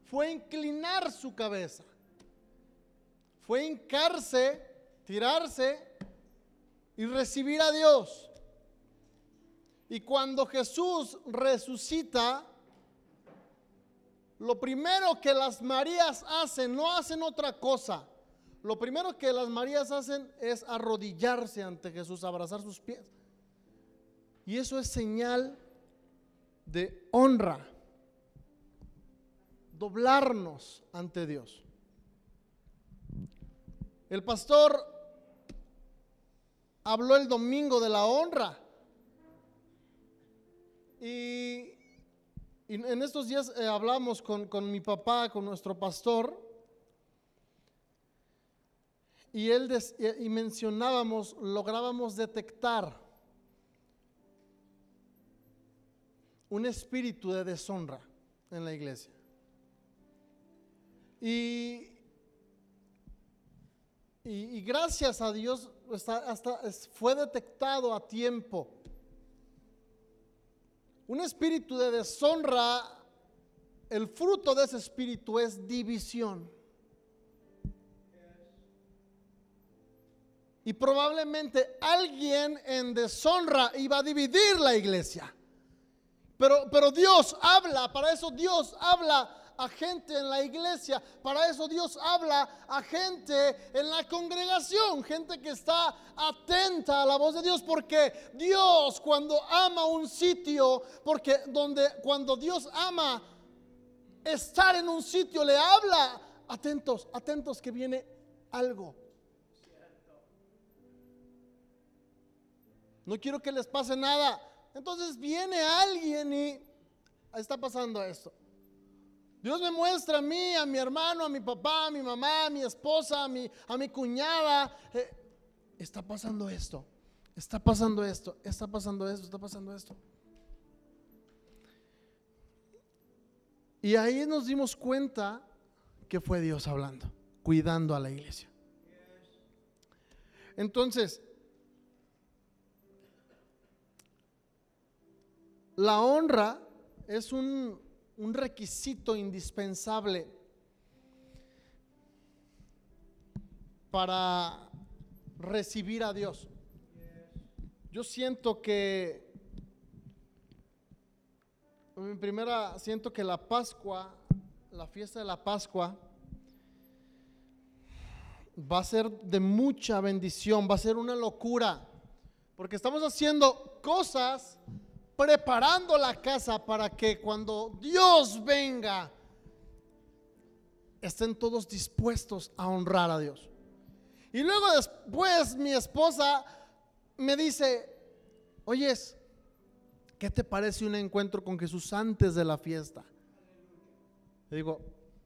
fue inclinar su cabeza, fue hincarse, tirarse y recibir a Dios. Y cuando Jesús resucita, lo primero que las Marías hacen, no hacen otra cosa. Lo primero que las Marías hacen es arrodillarse ante Jesús, abrazar sus pies. Y eso es señal de honra, doblarnos ante Dios. El pastor habló el domingo de la honra. Y en estos días hablamos con mi papá, con nuestro pastor, y él mencionábamos, lográbamos detectar un espíritu de deshonra en la iglesia. Y gracias a Dios fue detectado a tiempo. Un espíritu de deshonra, el fruto de ese espíritu es división. Y probablemente alguien en deshonra iba a dividir la iglesia. Pero Dios habla, para eso Dios habla a gente en la iglesia, para eso Dios habla a gente en la congregación, gente que está atenta a la voz de Dios, porque Dios cuando ama un sitio, cuando Dios ama estar en un sitio, le habla, atentos que viene algo. No quiero que les pase nada. Entonces viene alguien y está pasando esto. Dios me muestra a mí, a mi hermano, a mi papá, a mi mamá, a mi esposa, a mi cuñada. Está pasando esto, está pasando esto, está pasando esto, está pasando esto. Y ahí nos dimos cuenta que fue Dios hablando, cuidando a la iglesia. Entonces, la honra es un requisito indispensable para recibir a Dios. Yo siento que siento que la Pascua, la fiesta de la Pascua, va a ser de mucha bendición, va a ser una locura, porque estamos haciendo cosas, preparando la casa para que cuando Dios venga estén todos dispuestos a honrar a Dios. Y luego después mi esposa me dice: oyes, ¿qué te parece un encuentro con Jesús antes de la fiesta? Le digo: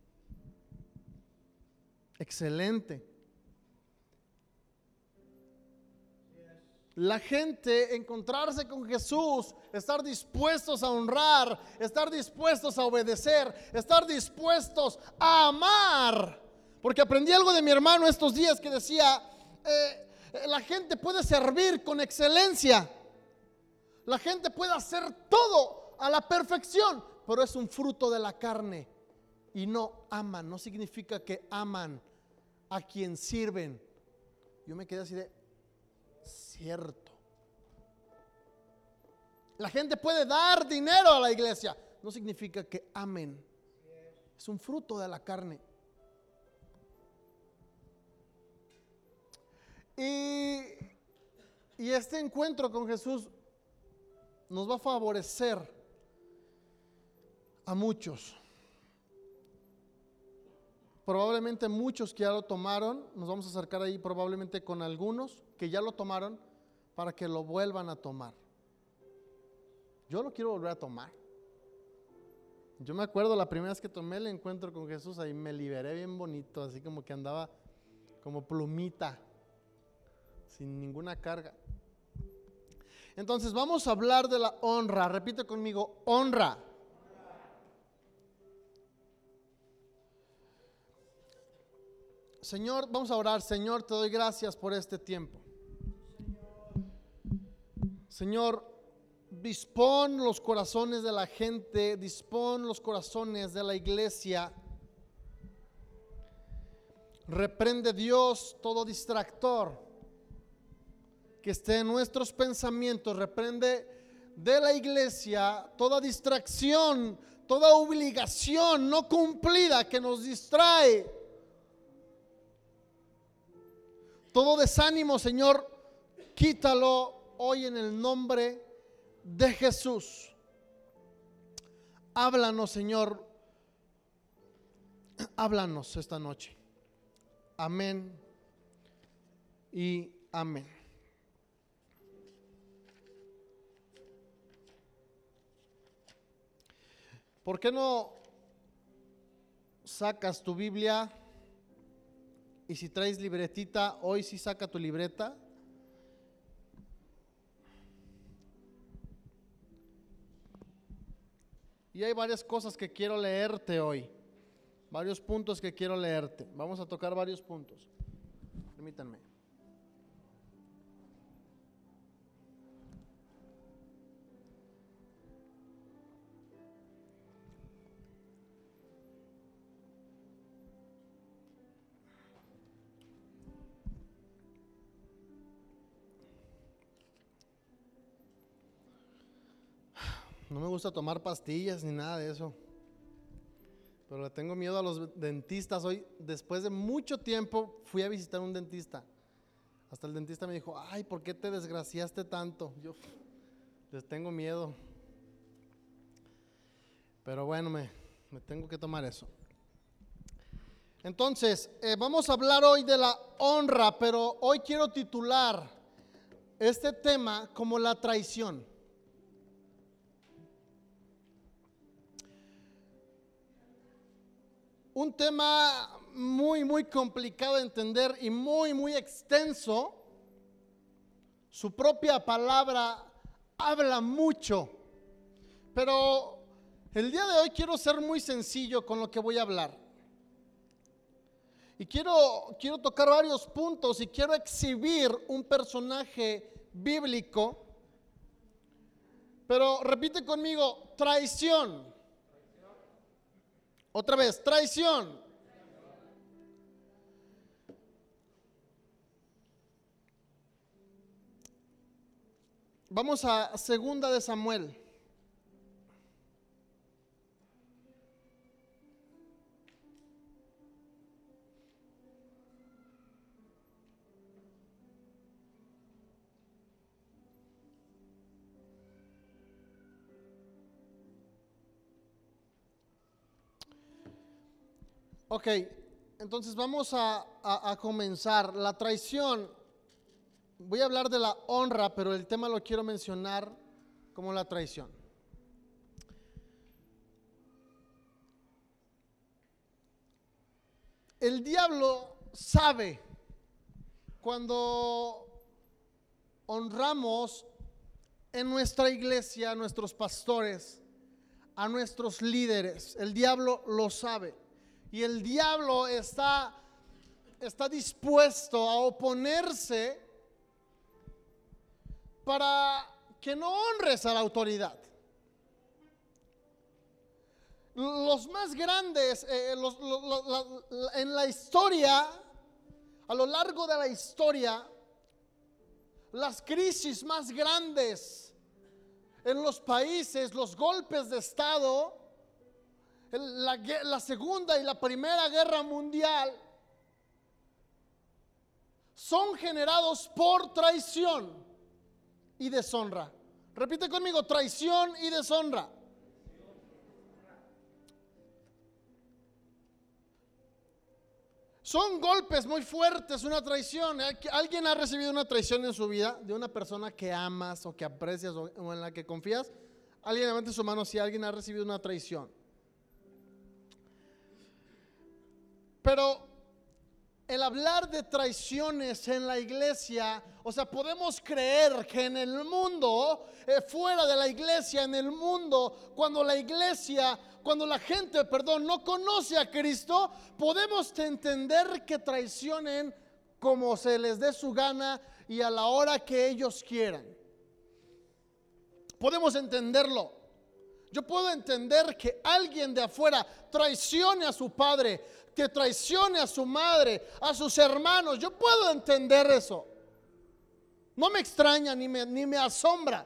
excelente. La gente encontrarse con Jesús, estar dispuestos a honrar, estar dispuestos a obedecer, estar dispuestos a amar. Porque aprendí algo de mi hermano estos días que decía, la gente puede servir con excelencia, la gente puede hacer todo a la perfección, pero es un fruto de la carne y no aman. No significa que aman a quien sirven. Yo me quedé así de: cierto. La gente puede dar dinero a la iglesia, no significa que amen. Es un fruto de la carne. Y este encuentro con Jesús nos va a favorecer a muchos. Probablemente muchos que ya lo tomaron, nos vamos a acercar ahí probablemente con algunos que ya lo tomaron, para que lo vuelvan a tomar. Yo lo quiero volver a tomar. Yo me acuerdo la primera vez que tomé el encuentro con Jesús, ahí me liberé bien bonito, así como que andaba como plumita, sin ninguna carga. Entonces vamos a hablar de la honra. Repite conmigo: honra. Señor, vamos a orar. Señor, te doy gracias por este tiempo. Señor, dispón los corazones de la gente, dispón los corazones de la iglesia Reprende, Dios, todo distractor que esté en nuestros pensamientos. Reprende de la iglesia toda distracción, toda obligación no cumplida que nos distrae. Todo desánimo, Señor, quítalo hoy en el nombre de Jesús. Háblanos, Señor. Háblanos esta noche. Amén y amén. ¿Por qué no sacas tu Biblia? Y si traes libretita, hoy sí saca tu libreta. Y hay varias cosas que quiero leerte hoy. Varios puntos que quiero leerte. Vamos a tocar varios puntos. Permítanme. No me gusta tomar pastillas ni nada de eso. Pero le tengo miedo a los dentistas. Hoy, después de mucho tiempo, fui a visitar un dentista. Hasta el dentista me dijo, ay, ¿por qué te desgraciaste tanto? Yo les tengo miedo. Pero bueno, me tengo que tomar eso. Entonces, vamos a hablar hoy de la honra, pero hoy quiero titular este tema como la traición. Un tema muy complicado de entender y muy extenso. Su propia palabra habla mucho, pero el día de hoy quiero ser muy sencillo con lo que voy a hablar. Y quiero tocar varios puntos y quiero exhibir un personaje bíblico. Pero repite conmigo, traición. Otra vez, traición. Vamos a 2 de Samuel. Ok, entonces vamos a comenzar. La traición, voy a hablar de la honra, pero el tema lo quiero mencionar como la traición. El diablo sabe cuando honramos en nuestra iglesia a nuestros pastores, a nuestros líderes. El diablo lo sabe. Y el diablo está dispuesto a oponerse para que no honres a la autoridad. Los más grandes en la historia, a lo largo de la historia, las crisis más grandes en los países, los golpes de Estado, la Segunda y la Primera Guerra Mundial, son generados por traición y deshonra. Repite conmigo, traición y deshonra. Son golpes muy fuertes, una traición. ¿Alguien ha recibido una traición en su vida de una persona que amas o que aprecias o en la que confías? Alguien levante su mano si alguien ha recibido una traición. Pero el hablar de traiciones en la iglesia, o sea, podemos creer que en el mundo, fuera de la iglesia, en el mundo, cuando la gente, no conoce a Cristo, podemos entender que traicionen como se les dé su gana y a la hora que ellos quieran. Podemos entenderlo. Yo puedo entender que alguien de afuera traicione a su padre, que traicione a su madre, a sus hermanos. Yo puedo entender eso. No me extraña ni me asombra.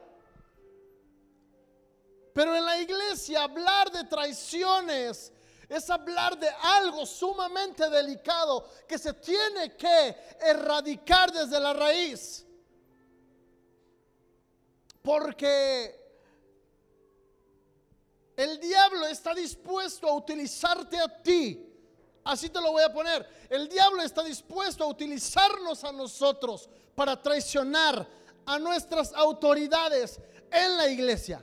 Pero en la iglesia hablar de traiciones es hablar de algo sumamente delicado que se tiene que erradicar desde la raíz. Porque el diablo está dispuesto a utilizarte a ti. Así te lo voy a poner. El diablo está dispuesto a utilizarnos a nosotros para traicionar a nuestras autoridades en la iglesia.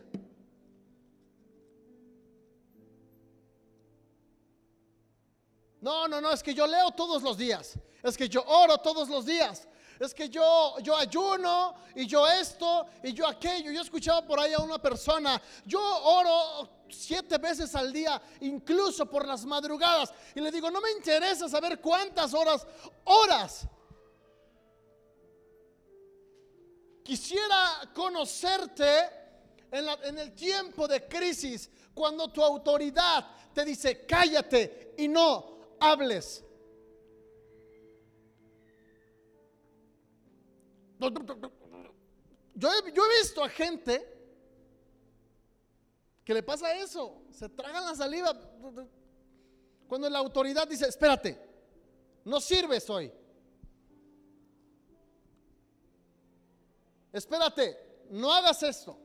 No, es que yo leo todos los días. Es que yo oro todos los días. Es que yo ayuno y yo esto y yo aquello. Yo escuchaba por ahí a una persona: yo oro 7 veces al día, incluso por las madrugadas. Y le digo: no me interesa saber cuántas horas oras. Quisiera conocerte en el tiempo de crisis, cuando tu autoridad te dice: cállate y no hables. Yo he visto a gente que le pasa eso, se tragan la saliva cuando la autoridad dice: espérate, no sirves hoy. Espérate, no hagas esto.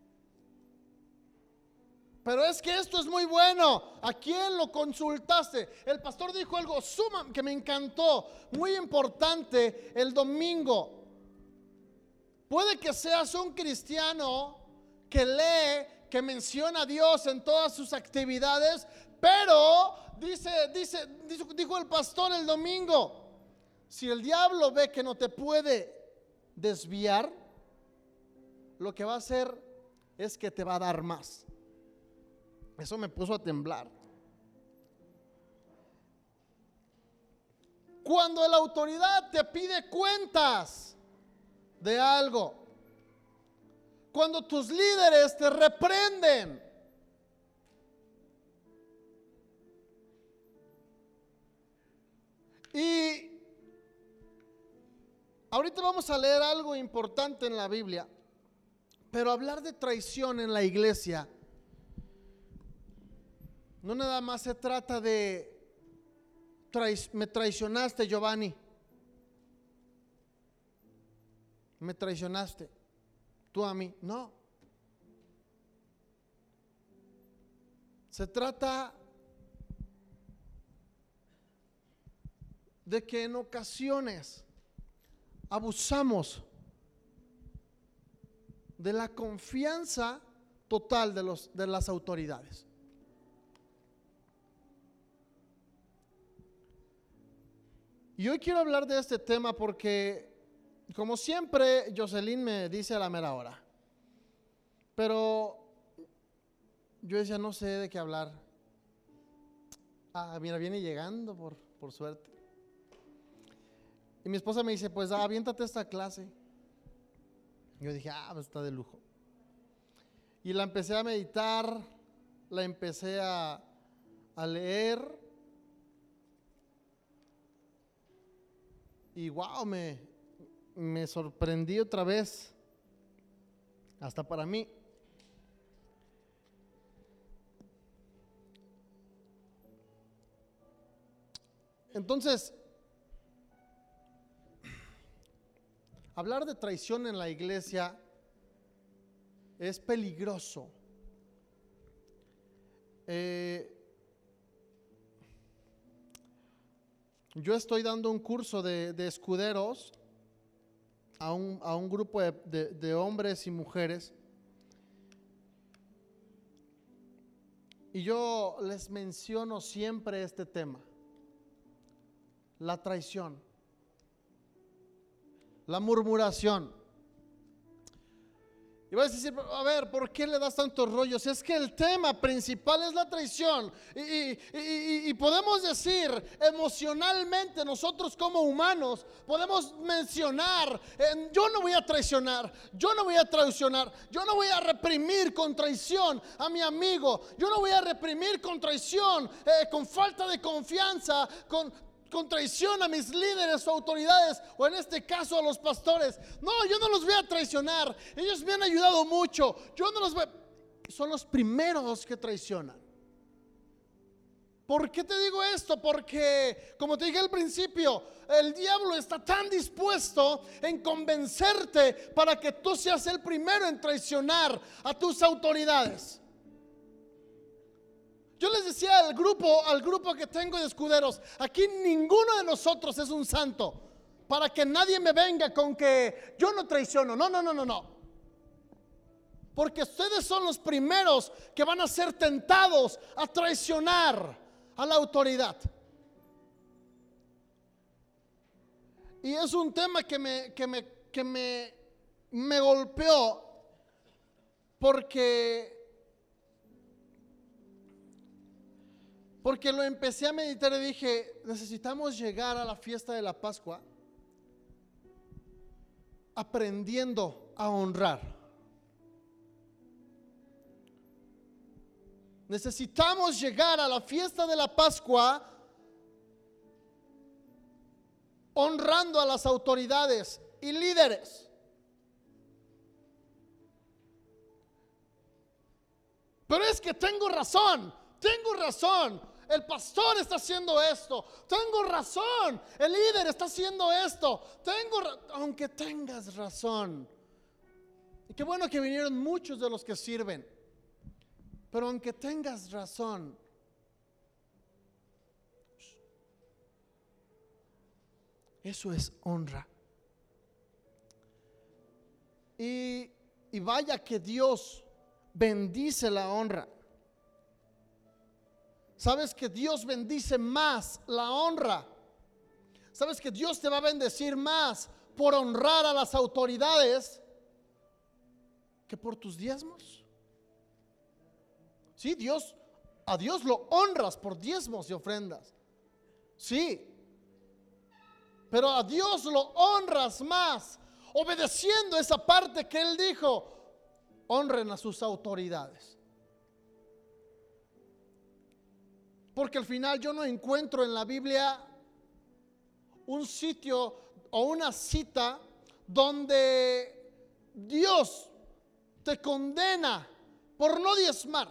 Pero es que esto es muy bueno. ¿A quién lo consultaste? El pastor dijo algo que me encantó, muy importante el domingo. Puede que seas un cristiano que lee, que menciona a Dios en todas sus actividades, pero dijo el pastor el domingo: si el diablo ve que no te puede desviar, lo que va a hacer es que te va a dar más. Eso me puso a temblar. Cuando la autoridad te pide cuentas de algo, cuando tus líderes te reprenden, y ahorita vamos a leer algo importante en la Biblia, pero hablar de traición en la iglesia no nada más se trata de me traicionaste, Giovanni. Me traicionaste tú a mí. No. Se trata de que en ocasiones abusamos de la confianza total de las autoridades. Y hoy quiero hablar de este tema porque, como siempre, Jocelyn me dice a la mera hora. Pero yo decía: no sé de qué hablar. Mira, viene llegando por suerte. Y mi esposa me dice: pues aviéntate esta clase. Yo dije: pues está de lujo. Y la empecé a meditar, la empecé a leer. Y wow, me sorprendí otra vez, hasta para mí. Entonces, hablar de traición en la iglesia es peligroso. Yo estoy dando un curso de escuderos a un grupo de hombres y mujeres, y yo les menciono siempre este tema: la traición, la murmuración. Y vas a decir, a ver, ¿por qué le das tantos rollos? Es que el tema principal es la traición. Y podemos decir, emocionalmente, nosotros como humanos, podemos mencionar, yo no voy a traicionar, yo no voy a traicionar, yo no voy a reprimir con traición a mi amigo, yo no voy a reprimir con traición, con falta de confianza, con traición a mis líderes o autoridades, o en este caso a los pastores. No, yo no los voy a traicionar, ellos me han ayudado mucho, yo no los voy a... Son los primeros que traicionan. ¿Por qué te digo esto? Porque, como te dije al principio, el diablo está tan dispuesto en convencerte para que tú seas el primero en traicionar a tus autoridades. Yo les decía al grupo que tengo de escuderos, aquí ninguno de nosotros es un santo, para que nadie me venga con que yo no traiciono. No. Porque ustedes son los primeros que van a ser tentados a traicionar a la autoridad. Y es un tema que me golpeó, porque lo empecé a meditar y dije, necesitamos llegar a la fiesta de la Pascua aprendiendo a honrar. Necesitamos llegar a la fiesta de la Pascua honrando a las autoridades y líderes. Pero es que tengo razón. El pastor está haciendo esto. Tengo razón. El líder está haciendo esto. Aunque tengas razón. Y qué bueno que vinieron muchos de los que sirven. Pero aunque tengas razón, eso es honra. Y vaya que Dios bendice la honra. ¿Sabes que Dios bendice más la honra? ¿Sabes que Dios te va a bendecir más por honrar a las autoridades que por tus diezmos? Sí, a Dios lo honras por diezmos y ofrendas. Sí, pero a Dios lo honras más obedeciendo esa parte que Él dijo: honren a sus autoridades. Porque al final yo no encuentro en la Biblia un sitio o una cita donde Dios te condena por no diezmar.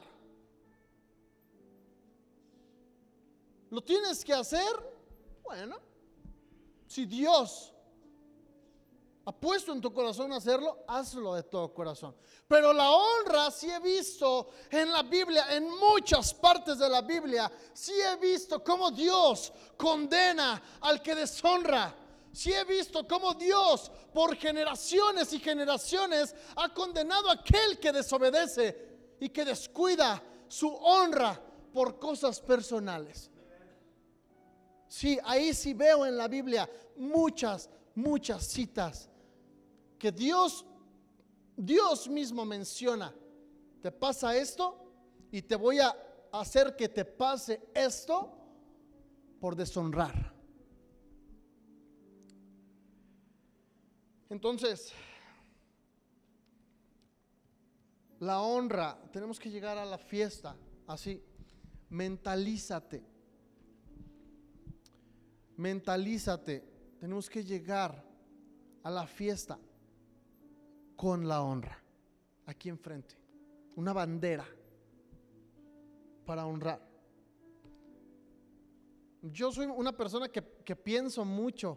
¿Lo tienes que hacer? Bueno, si Dios ha puesto en tu corazón hacerlo, hazlo de todo corazón. Pero la honra, sí he visto en la Biblia, en muchas partes de la Biblia, sí he visto cómo Dios condena al que deshonra. Sí he visto cómo Dios por generaciones y generaciones ha condenado a aquel que desobedece y que descuida su honra por cosas personales. Sí, ahí sí veo en la Biblia muchas citas que Dios mismo menciona: te pasa esto y te voy a hacer que te pase esto por deshonrar. Entonces, la honra, tenemos que llegar a la fiesta así. Mentalízate. Tenemos que llegar a la fiesta con la honra aquí enfrente, una bandera para honrar. Yo soy una persona que pienso mucho,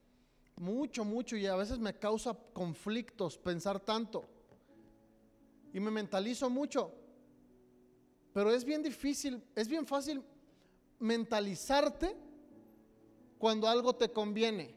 y a veces me causa conflictos pensar tanto y me mentalizo mucho, pero es bien difícil, es bien fácil mentalizarte cuando algo te conviene,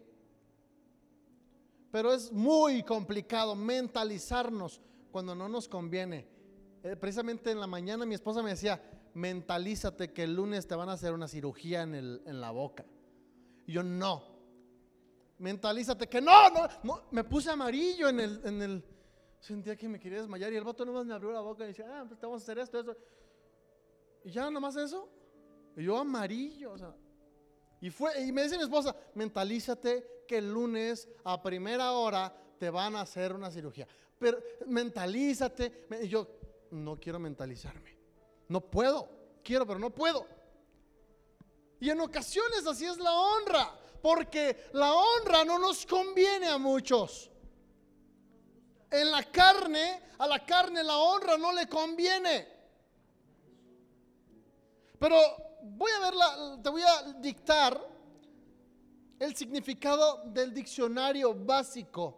pero es muy complicado mentalizarnos cuando no nos conviene. Precisamente en la mañana mi esposa me decía: mentalízate que el lunes te van a hacer una cirugía en la boca. Y yo: no, mentalízate que no, me puse amarillo Sentía que me quería desmayar y el vato nomás me abrió la boca y decía, pues te vamos a hacer esto, esto. Y ya nomás eso. Y yo amarillo, o sea. Y me dice mi esposa, mentalízate que el lunes a primera hora te van a hacer una cirugía. Pero mentalízate. Y yo no quiero mentalizarme. No puedo. Quiero, pero no puedo. Y en ocasiones así es la honra. Porque la honra no nos conviene a muchos. En la carne, a la carne la honra no le conviene. Pero te voy a dictar el significado del diccionario básico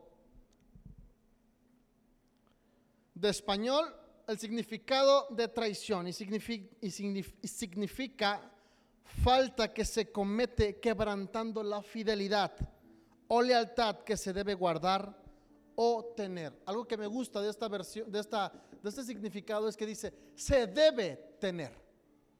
de español, el significado de traición, y significa falta que se comete quebrantando la fidelidad o lealtad que se debe guardar o tener. Algo que me gusta de esta versión, de este significado, es que dice se debe tener.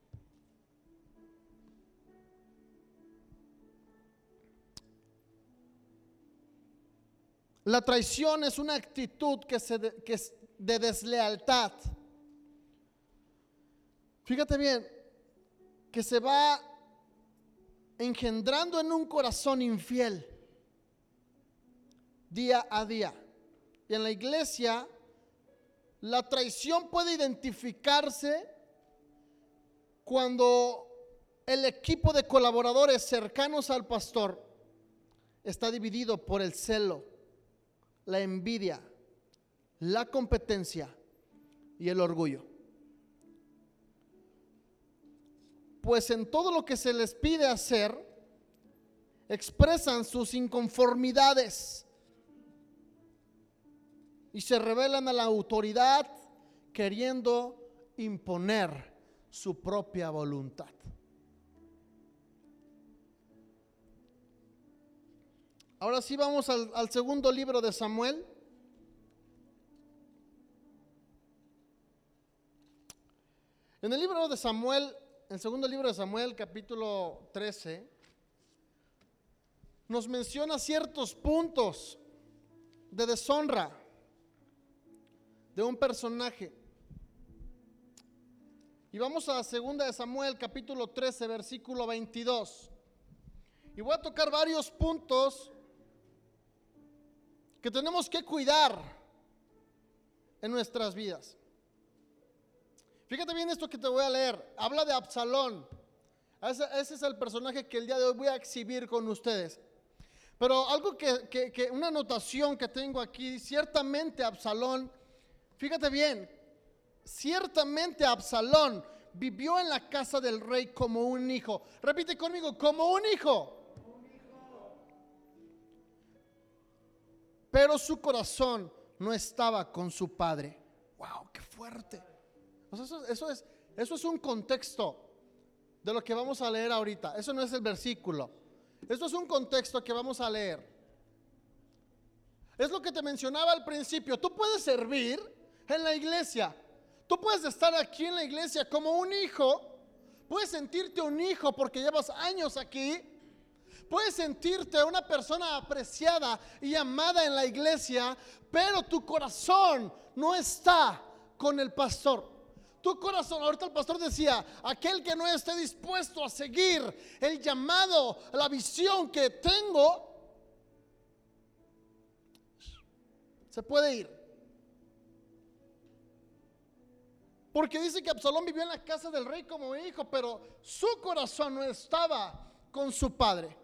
La traición es una actitud que es de deslealtad. Fíjate bien, que se va engendrando en un corazón infiel día a día. Y en la iglesia, la traición puede identificarse cuando el equipo de colaboradores cercanos al pastor está dividido por el celo, la envidia, la competencia y el orgullo. Pues en todo lo que se les pide hacer, expresan sus inconformidades y se rebelan a la autoridad queriendo imponer su propia voluntad. Ahora sí vamos al segundo libro de Samuel. En el libro de Samuel, el segundo libro de Samuel, capítulo 13, nos menciona ciertos puntos de deshonra de un personaje. Y vamos a segunda de Samuel, capítulo 13, versículo 22. Y voy a tocar varios puntos que tenemos que cuidar en nuestras vidas. Fíjate bien esto que te voy a leer. Habla de Absalón. Ese es el personaje que el día de hoy voy a exhibir con ustedes. Pero algo que una anotación que tengo aquí, ciertamente Absalón, fíjate bien, ciertamente Absalón vivió en la casa del rey como un hijo. Repite conmigo, como un hijo. Pero su corazón no estaba con su padre. ¡Wow! ¡Qué fuerte! O sea, eso es un contexto de lo que vamos a leer ahorita. Eso no es el versículo. Esto es un contexto que vamos a leer. Es lo que te mencionaba al principio. Tú puedes servir en la iglesia. Tú puedes estar aquí en la iglesia como un hijo. Puedes sentirte un hijo porque llevas años aquí. Puedes sentirte una persona apreciada y amada en la iglesia, pero tu corazón no está con el pastor. Tu corazón, ahorita el pastor decía, aquel que no esté dispuesto a seguir el llamado, la visión que tengo, se puede ir. Porque dice que Absalón vivió en la casa del rey como hijo, pero su corazón no estaba con su padre.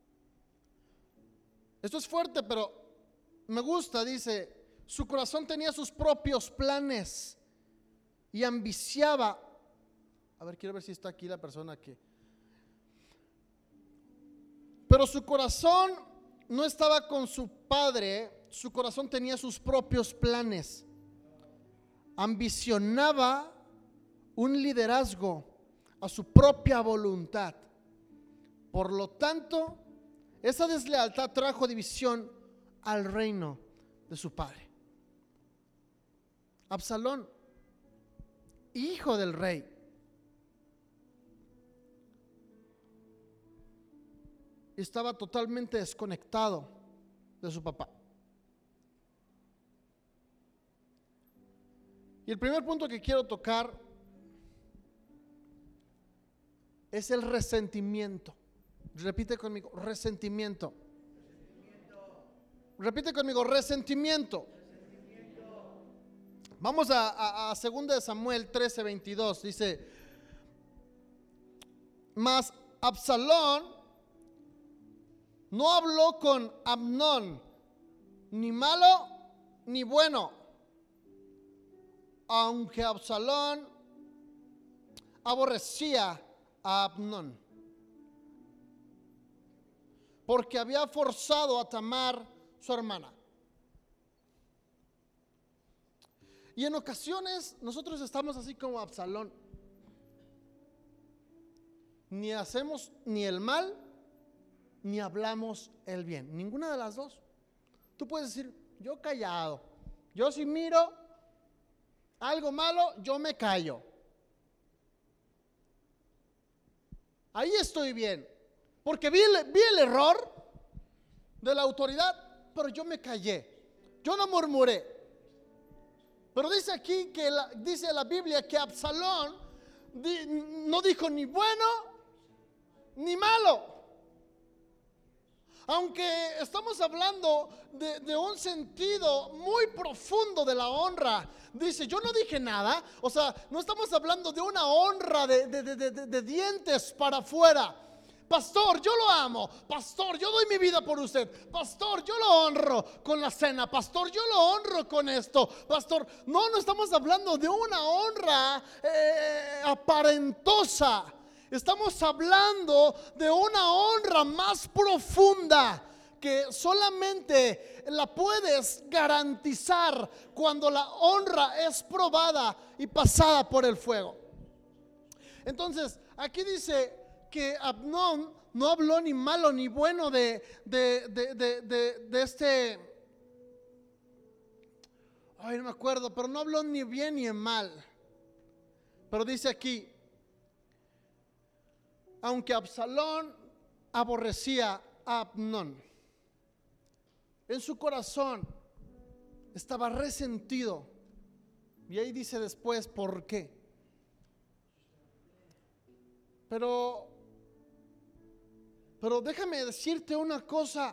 Esto es fuerte, pero me gusta. Dice, su corazón tenía sus propios planes y ambiciaba. A ver, quiero ver si está aquí la persona que. Pero su corazón no estaba con su padre, su corazón tenía sus propios planes. Ambicionaba un liderazgo a su propia voluntad. Por lo tanto, esa deslealtad trajo división al reino de su padre. Absalón, hijo del rey, estaba totalmente desconectado de su papá. Y el primer punto que quiero tocar es el resentimiento. Repite conmigo, resentimiento. Repite conmigo, resentimiento. Vamos a 2 Samuel 13:22. Dice: mas Absalón no habló con Amnón, ni malo ni bueno, aunque Absalón aborrecía a Amnón, porque había forzado a Tamar, su hermana. Y en ocasiones nosotros estamos así como Absalón. Ni hacemos ni el mal, ni hablamos el bien. Ninguna de las dos. Tú puedes decir, yo callado. Yo si miro algo malo, yo me callo. Ahí estoy bien. Porque vi el error de la autoridad, pero yo me callé. Yo no murmuré. Pero dice aquí que dice la Biblia que Absalón no dijo ni bueno ni malo. Aunque estamos hablando de un sentido muy profundo de la honra, dice, yo no dije nada. O sea, no estamos hablando de una honra de dientes para afuera. Pastor, yo lo amo. Pastor, yo doy mi vida por usted. Pastor, yo lo honro con la cena. Pastor, yo lo honro con esto. Pastor, no estamos hablando de una honra aparentosa. Estamos hablando de una honra más profunda que solamente la puedes garantizar cuando la honra es probada y pasada por el fuego. Entonces, aquí dice que Amnón no habló ni malo ni bueno de este, ay, no me acuerdo, pero no habló ni bien ni en mal. Pero dice aquí, aunque Absalón aborrecía a Amnón, en su corazón estaba resentido. Y ahí dice después por qué. Pero déjame decirte una cosa.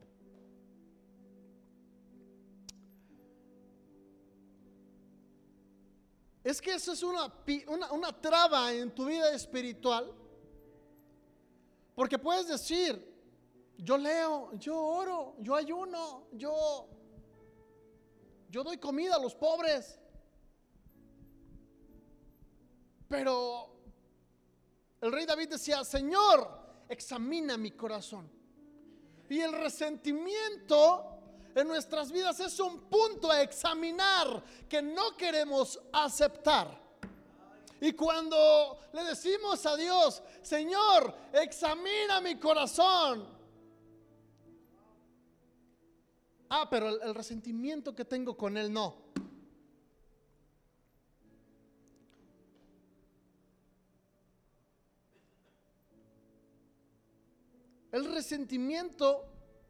Es que eso es una traba en tu vida espiritual. Porque puedes decir, yo leo, yo oro, yo ayuno, yo doy comida a los pobres. Pero el rey David decía, Señor, examina mi corazón. Y el resentimiento en nuestras vidas es un punto a examinar que no queremos aceptar. Y cuando le decimos a Dios, Señor, examina mi corazón. Pero el resentimiento que tengo con Él no. El resentimiento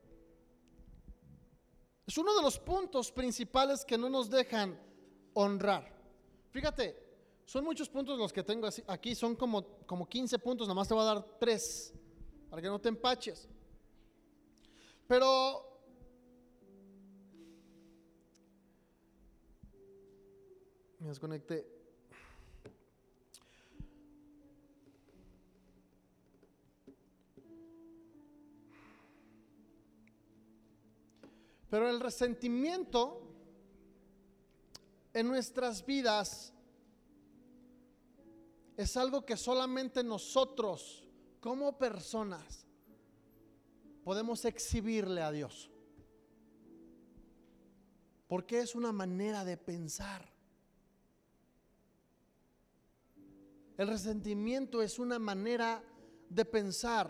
es uno de los puntos principales que no nos dejan honrar. Fíjate, son muchos puntos los que tengo aquí, son como 15 puntos, nada más te voy a dar 3 para que no te empaches. Pero me desconecté. Pero el resentimiento en nuestras vidas es algo que solamente nosotros como personas podemos exhibirle a Dios, porque es una manera de pensar. El resentimiento es una manera de pensar.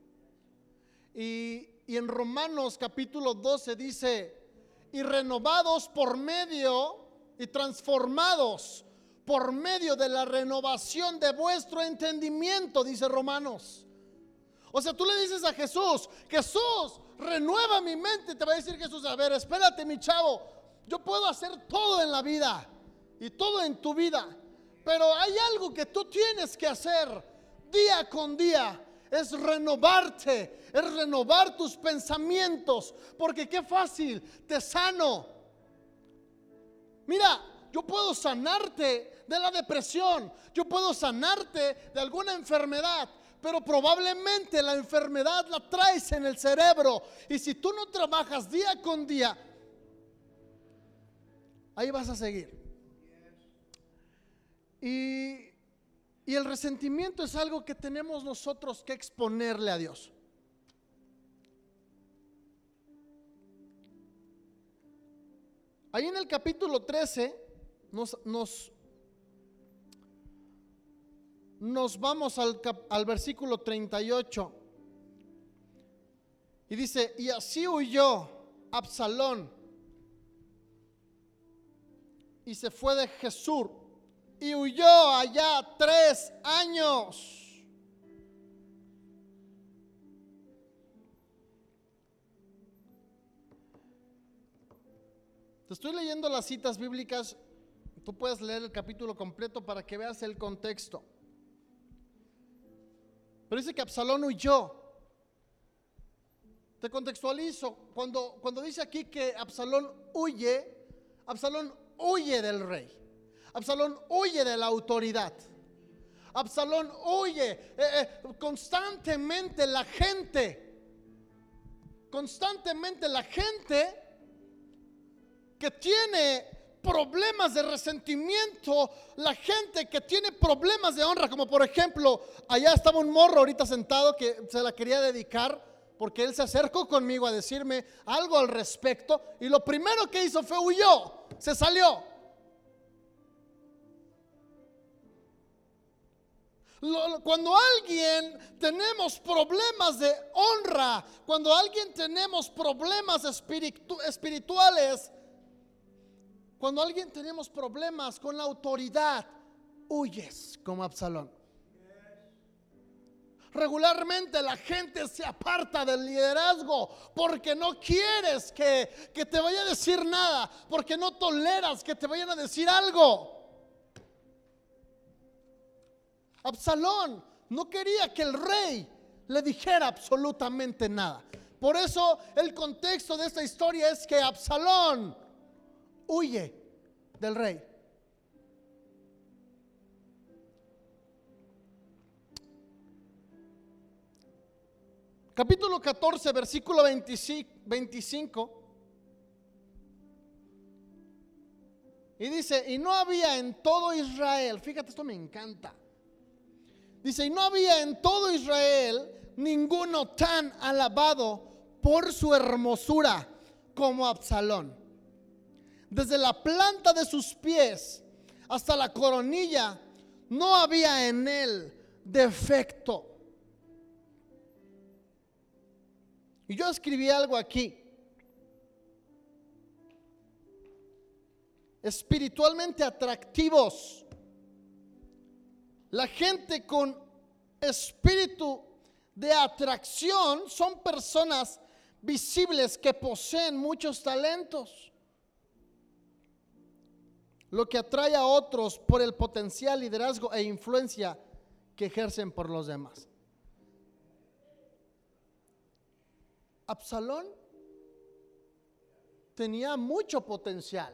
Y en Romanos capítulo 12 dice, y renovados por medio y transformados por medio de la renovación de vuestro entendimiento, dice Romanos. O sea, tú le dices a Jesús, Jesús, renueva mi mente. Te va a decir Jesús, a ver, espérate mi chavo, yo puedo hacer todo en la vida, y todo en tu vida. Pero hay algo que tú tienes que hacer día con día. Es renovarte, es renovar tus pensamientos. Porque qué fácil, te sano. Mira, yo puedo sanarte de la depresión, yo puedo sanarte de alguna enfermedad, pero probablemente la enfermedad la traes en el cerebro. Y si tú no trabajas día con día, ahí vas a seguir. Y el resentimiento es algo que tenemos nosotros que exponerle a Dios. Ahí en el capítulo 13 nos vamos al versículo 38 y dice: y así huyó Absalón y se fue de Gesur y huyó allá 3 años. Te estoy leyendo las citas bíblicas. Tú puedes leer el capítulo completo para que veas el contexto. Pero dice que Absalón huyó. Te contextualizo. Cuando dice aquí que Absalón huye del rey. Absalón huye de la autoridad. Absalón huye. Constantemente la gente que tiene problemas de resentimiento, la gente que tiene problemas de honra, como por ejemplo, allá estaba un morro ahorita sentado que se la quería dedicar porque él se acercó conmigo a decirme algo al respecto y lo primero que hizo fue huyó, se salió. Cuando alguien tenemos problemas de honra, cuando alguien tenemos problemas espirituales, cuando alguien tenemos problemas con la autoridad, huyes como Absalón. Regularmente la gente se aparta del liderazgo porque no quieres que te vaya a decir nada, porque no toleras que te vayan a decir algo. Absalón no quería que el rey le dijera absolutamente nada. Por eso el contexto de esta historia es que Absalón huye del rey. Capítulo 14, versículo 25. Y dice: y no había en todo Israel, fíjate, esto me encanta. Dice: y no había en todo Israel ninguno tan alabado por su hermosura como Absalón. Desde la planta de sus pies hasta la coronilla no había en él defecto. Y yo escribí algo aquí. Espiritualmente atractivos. La gente con espíritu de atracción son personas visibles que poseen muchos talentos, lo que atrae a otros por el potencial liderazgo e influencia que ejercen por los demás. Absalón tenía mucho potencial.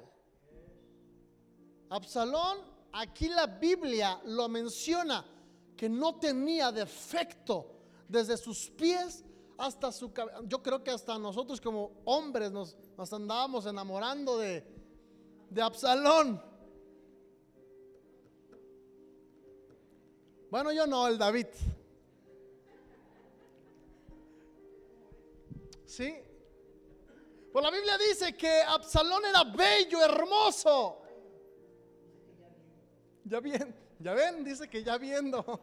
Absalón, aquí la Biblia lo menciona, que no tenía defecto desde sus pies hasta su cabeza. Yo creo que hasta nosotros como hombres nos andábamos enamorando de Absalón. Bueno, yo no, el David. ¿Sí? Pues la Biblia dice que Absalón era bello, hermoso. Ya ven, dice que ya viendo.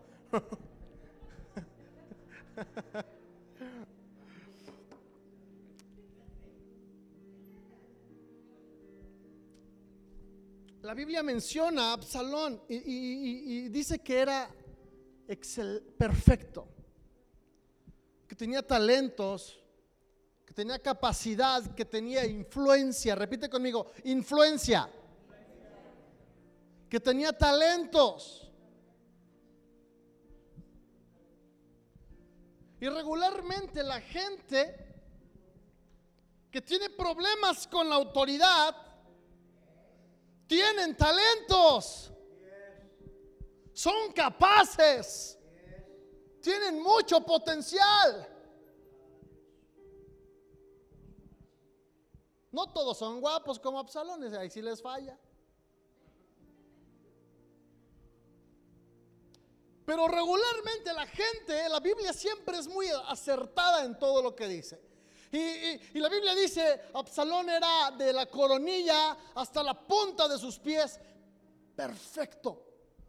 La Biblia menciona a Absalón y dice que era perfecto, que tenía talentos, que tenía capacidad, que tenía influencia. Repite conmigo: influencia. que tenía talentos. Y regularmente la gente que tiene problemas con la autoridad tienen talentos, son capaces, tienen mucho potencial. No todos son guapos como Absalón, ahí sí les falla. Pero regularmente la gente, la Biblia siempre es muy acertada en todo lo que dice. Y la Biblia dice, Absalón era de la coronilla hasta la punta de sus pies perfecto.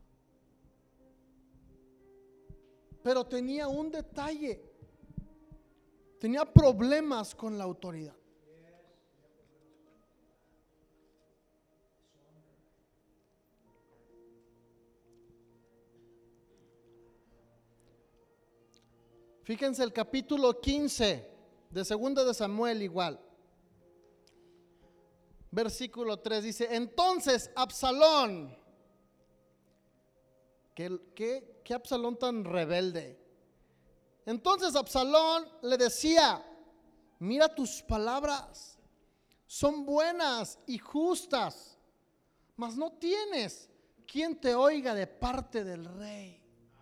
Pero tenía un detalle, tenía problemas con la autoridad. Fíjense el capítulo 15 de Segunda de Samuel igual. Versículo 3 dice, entonces Absalón, ¿qué Absalón tan rebelde? Entonces Absalón le decía, mira, tus palabras son buenas y justas, mas no tienes quien te oiga de parte del rey.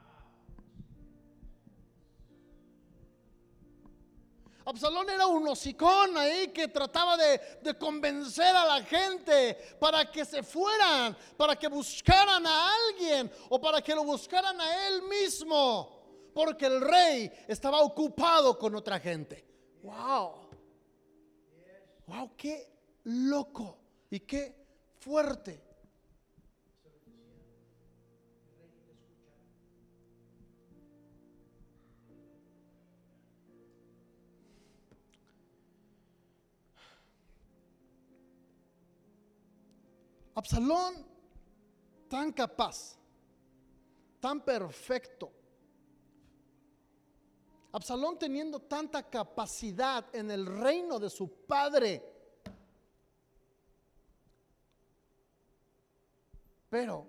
Absalón era un hocicón ahí que trataba de convencer a la gente para que se fueran, para que buscaran a alguien o para que lo buscaran a él mismo, porque el rey estaba ocupado con otra gente. Wow, wow, qué loco y qué fuerte. Absalón, tan capaz, tan perfecto, Absalón teniendo tanta capacidad en el reino de su padre, pero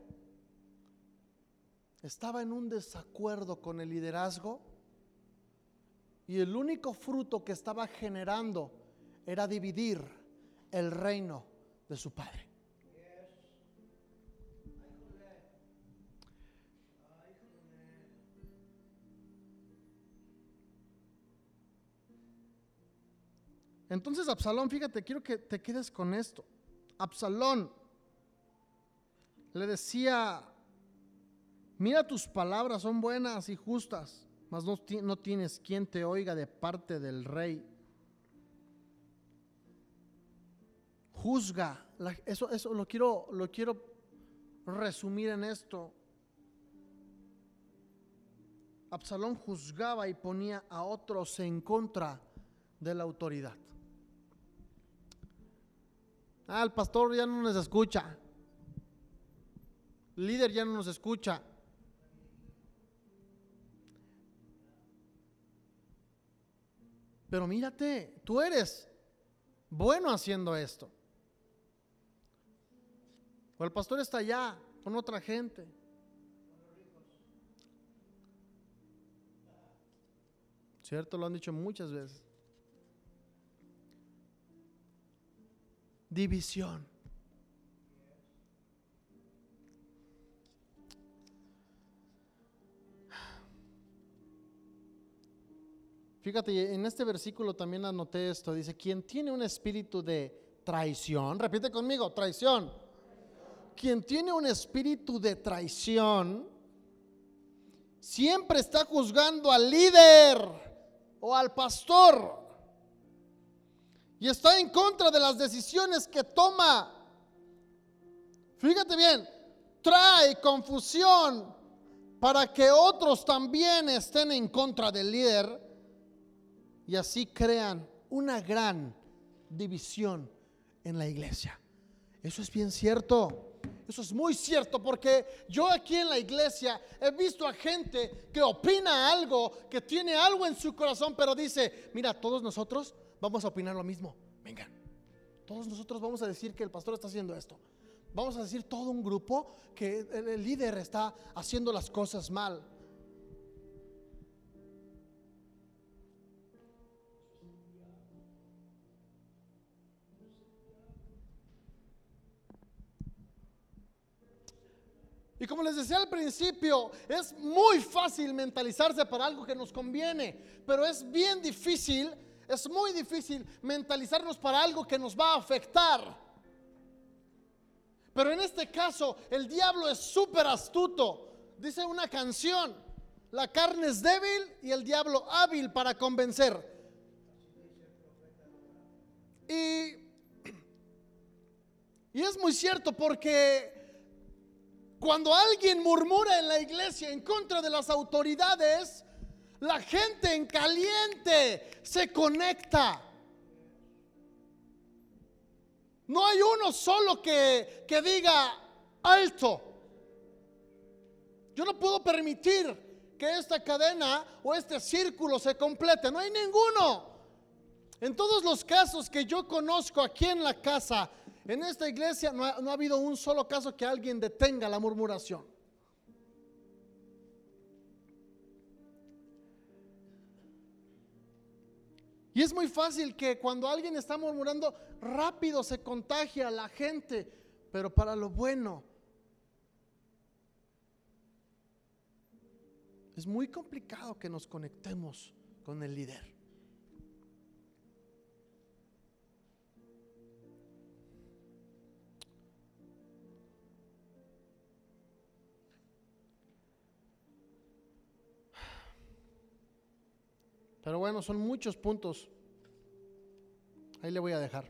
estaba en un desacuerdo con el liderazgo y el único fruto que estaba generando era dividir el reino de su padre. Entonces Absalón, fíjate, quiero que te quedes con esto. Absalón le decía, mira, tus palabras son buenas y justas, mas no tienes quien te oiga de parte del rey. Juzga, eso lo quiero resumir en esto. Absalón juzgaba y ponía a otros en contra de la autoridad. El pastor ya no nos escucha, el líder ya no nos escucha. Pero mírate, tú eres bueno haciendo esto. O el pastor está allá con otra gente. ¿Cierto? Lo han dicho muchas veces. División. Fíjate, en este versículo también anoté esto. Dice, quien tiene un espíritu de traición, repite conmigo, traición. Quien tiene un espíritu de traición, siempre está juzgando al líder o al pastor. Y está en contra de las decisiones que toma. Fíjate bien, trae confusión para que otros también estén en contra del líder y así crean una gran división en la iglesia. Eso es bien cierto. Eso es muy cierto, porque yo aquí en la iglesia he visto a gente que opina algo, que tiene algo en su corazón, pero dice, mira, todos nosotros vamos a opinar lo mismo. Vengan, todos nosotros vamos a decir que el pastor está haciendo esto. vamos a decir todo un grupo, que el líder está haciendo las cosas mal. Y como les decía al principio, es muy fácil mentalizarse para algo que nos conviene, pero es bien difícil, es muy difícil mentalizarnos para algo que nos va a afectar. Pero en este caso, el diablo es súper astuto. Dice una canción: la carne es débil y el diablo hábil para convencer. Y es muy cierto, porque cuando alguien murmura en la iglesia en contra de las autoridades, la gente en caliente se conecta. No hay uno solo que diga alto. Yo no puedo permitir que esta cadena o este círculo se complete. No hay ninguno. En todos los casos que yo conozco aquí en la casa, en esta iglesia, no ha habido un solo caso que alguien detenga la murmuración. Y es muy fácil que cuando alguien está murmurando, rápido se contagia a la gente, pero para lo bueno. Es muy complicado que nos conectemos con el líder. Pero bueno, son muchos puntos. Ahí le voy a dejar.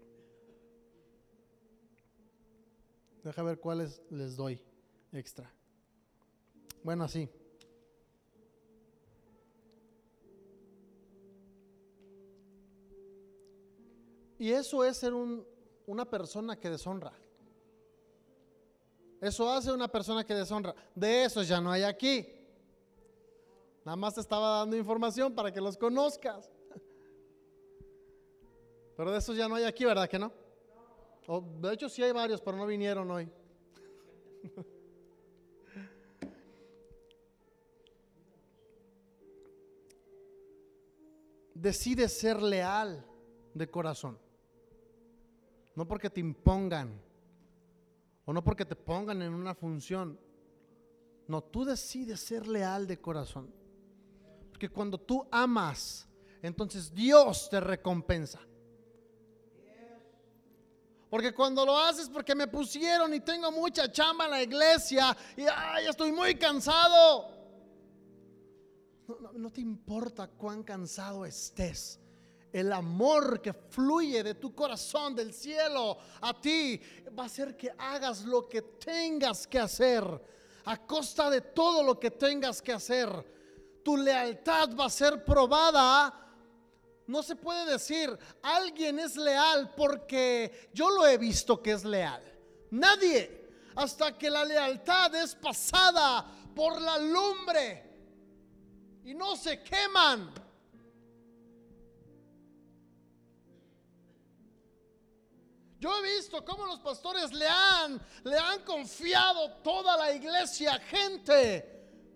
Deja ver cuáles les doy extra. Bueno, así. Y eso es ser una persona que deshonra. Eso hace una persona que deshonra. De esos ya no hay aquí. Nada más te estaba dando información para que los conozcas. Pero de esos ya no hay aquí, ¿verdad que no? O, de hecho sí hay varios, pero no vinieron hoy. Decide ser leal de corazón. No porque te impongan o no porque te pongan en una función. No, tú decides ser leal de corazón. Porque cuando tú amas, entonces Dios te recompensa. Porque cuando lo haces porque me pusieron y tengo mucha chamba en la iglesia y ya estoy muy cansado. No te importa cuán cansado estés. El amor que fluye de tu corazón, del cielo a ti, va a hacer que hagas lo que tengas que hacer, a costa de todo lo que tengas que hacer. Tu lealtad va a ser probada. No se puede decir alguien es leal porque yo lo he visto que es leal. Nadie, hasta que la lealtad es pasada por la lumbre y no se queman. Yo he visto cómo los pastores le han confiado toda la iglesia a gente.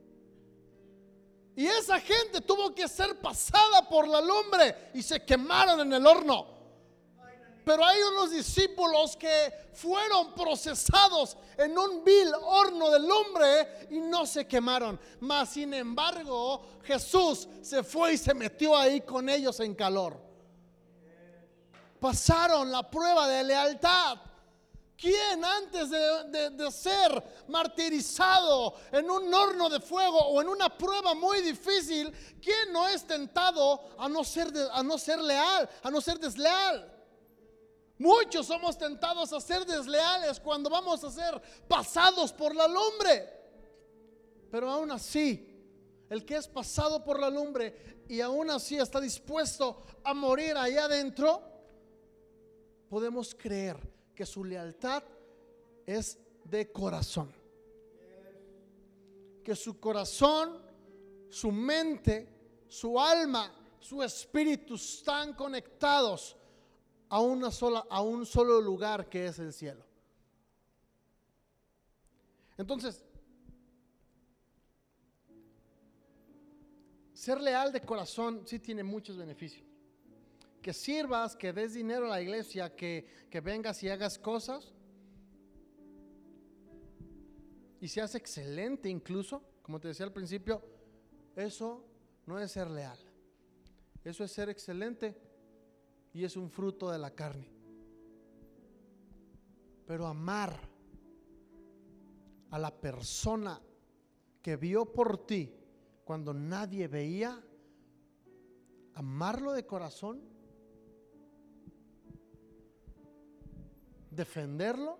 Y esa gente tuvo que ser pasada por la lumbre y se quemaron en el horno. Pero hay unos discípulos que fueron procesados en un vil horno de lumbre y no se quemaron. Mas sin embargo, Jesús se fue y se metió ahí con ellos en calor. Pasaron la prueba de lealtad. ¿Quién antes de ser martirizado en un horno de fuego o en una prueba muy difícil, quién no es tentado a no ser leal, a no ser desleal? Muchos somos tentados a ser desleales cuando vamos a ser pasados por la lumbre. Pero aún así, el que es pasado por la lumbre y aún así está dispuesto a morir allá adentro, podemos creer que su lealtad es de corazón, que su corazón, su mente, su alma, su espíritu están conectados a un solo lugar que es el cielo. Entonces, ser leal de corazón sí tiene muchos beneficios. Que sirvas, que des dinero a la iglesia, que vengas y hagas cosas y seas excelente incluso, como te decía al principio, eso no es ser leal. Eso es ser excelente y es un fruto de la carne. Pero amar a la persona que vio por ti cuando nadie veía, amarlo de corazón, defenderlo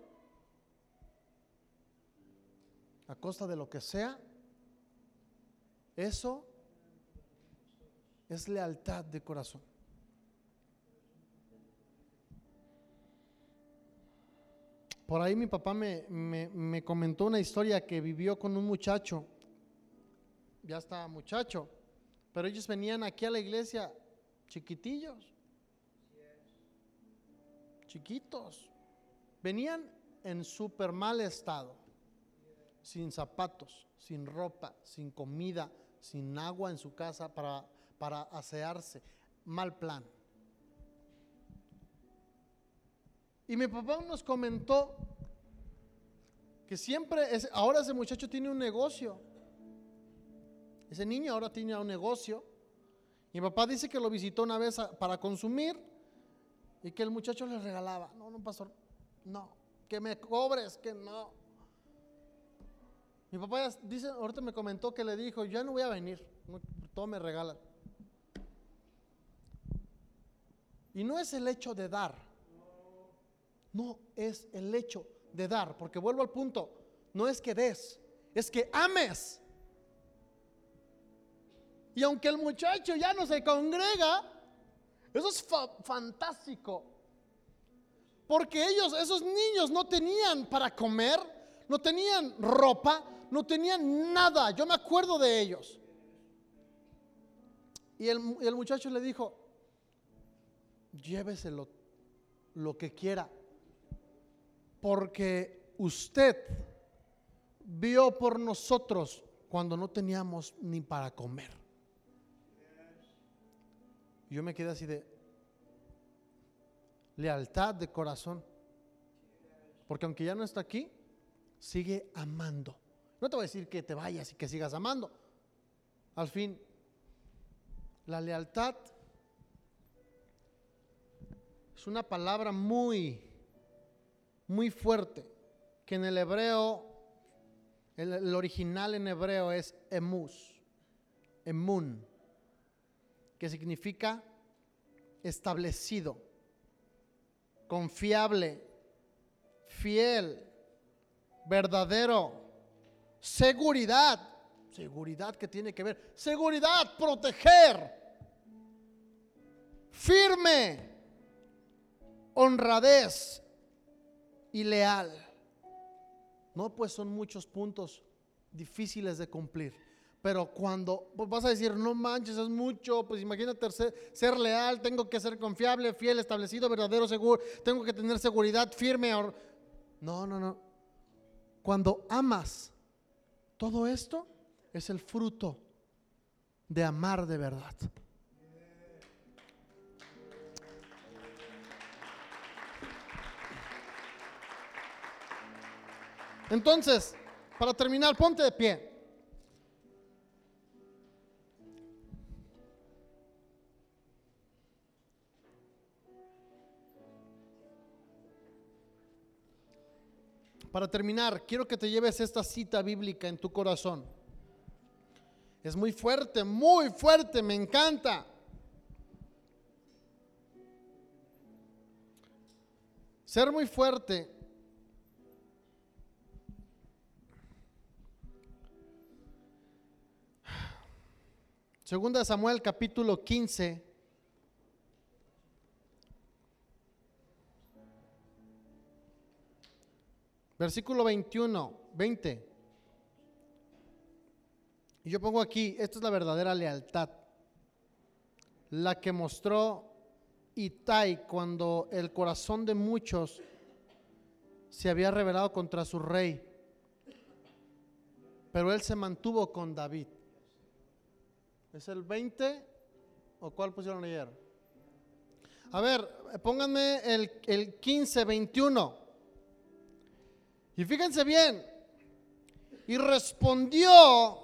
a costa de lo que sea, eso es lealtad de corazón. Por ahí mi papá me comentó una historia que vivió con un muchacho, ya estaba muchacho, pero ellos venían aquí a la iglesia chiquitillos, chiquitos, venían en súper mal estado, sin zapatos, sin ropa, sin comida, sin agua en su casa para asearse, mal plan. Y mi papá nos comentó que ahora ese muchacho tiene un negocio. Ese niño ahora tiene un negocio. Y mi papá dice que lo visitó una vez para consumir y que el muchacho le regalaba. No, pastor, no, que me cobres, que no. Mi papá dice, ahorita me comentó que le dijo, ya no voy a venir, todo me regalan. Y no es el hecho de dar, no es el hecho de dar, porque vuelvo al punto, no es que des, es que ames. Y aunque el muchacho ya no se congrega, eso es fantástico, porque esos niños no tenían para comer, no tenían ropa, no tenían nada. Yo me acuerdo de ellos. Y el muchacho le dijo, lléveselo lo que quiera, porque usted vio por nosotros cuando no teníamos ni para comer. Yo me quedé así de lealtad de corazón, porque aunque ya no está aquí, sigue amando. No te voy a decir que te vayas y que sigas amando. Al fin, la lealtad es una palabra muy fuerte, que en el hebreo, el original en hebreo es emun, que significa establecido, confiable, fiel, verdadero, seguridad que tiene que ver, seguridad, proteger, firme, honradez y leal. No, pues son muchos puntos difíciles de cumplir, pero cuando vas a decir, no manches, es mucho, pues imagínate ser leal, tengo que ser confiable, fiel, establecido, verdadero, seguro, tengo que tener seguridad, firme. No. Cuando amas, todo esto es el fruto de amar de verdad. Entonces, para terminar, ponte de pie. Para terminar, quiero que te lleves esta cita bíblica en tu corazón. Es muy fuerte, me encanta. Ser muy fuerte Segunda de Samuel capítulo 15, versículo 20. Y yo pongo aquí, esta es la verdadera lealtad, la que mostró Itai cuando el corazón de muchos se había rebelado contra su rey. pero él se mantuvo con David. ¿Es el 20 o cuál pusieron ayer? A ver, pónganme el 15, 21. Y fíjense bien. Y respondió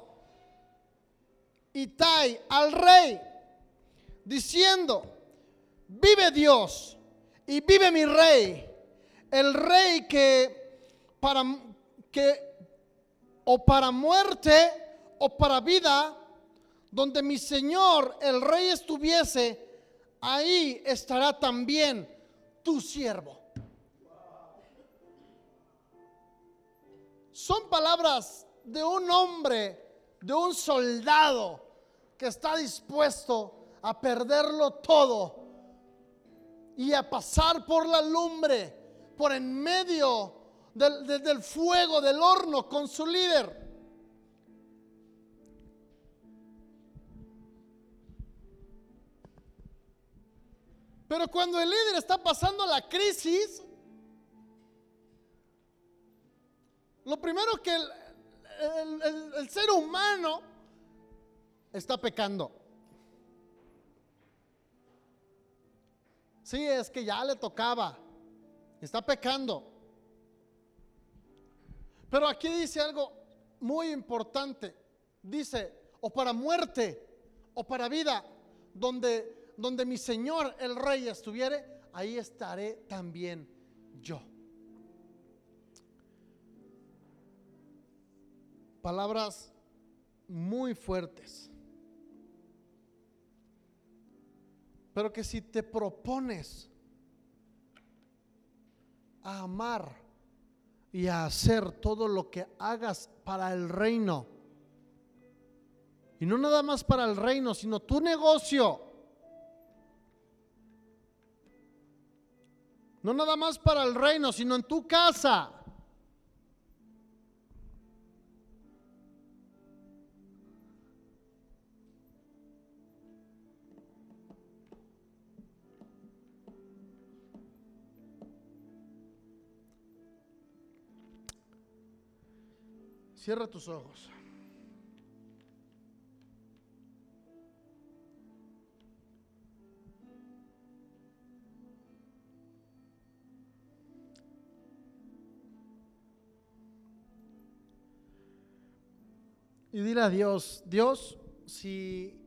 Ittai al rey, diciendo: vive Dios y vive mi rey, el rey que o para muerte o para vida, donde mi señor el rey estuviese, ahí estará también tu siervo. Son palabras de un hombre, de un soldado que está dispuesto a perderlo todo y a pasar por la lumbre, por en medio del fuego del horno con su líder. Pero cuando el líder está pasando la crisis, lo primero que el ser humano está pecando. Sí, es que ya le tocaba, está pecando. Pero aquí dice algo muy importante. Dice: o para muerte o para vida, donde mi señor el rey estuviere, ahí estaré también yo. Palabras muy fuertes, pero que si te propones a amar y a hacer todo lo que hagas para el reino, y no nada más para el reino, sino tu negocio, no nada más para el reino, sino en tu casa, cierra tus ojos. Y dile a Dios: Dios, si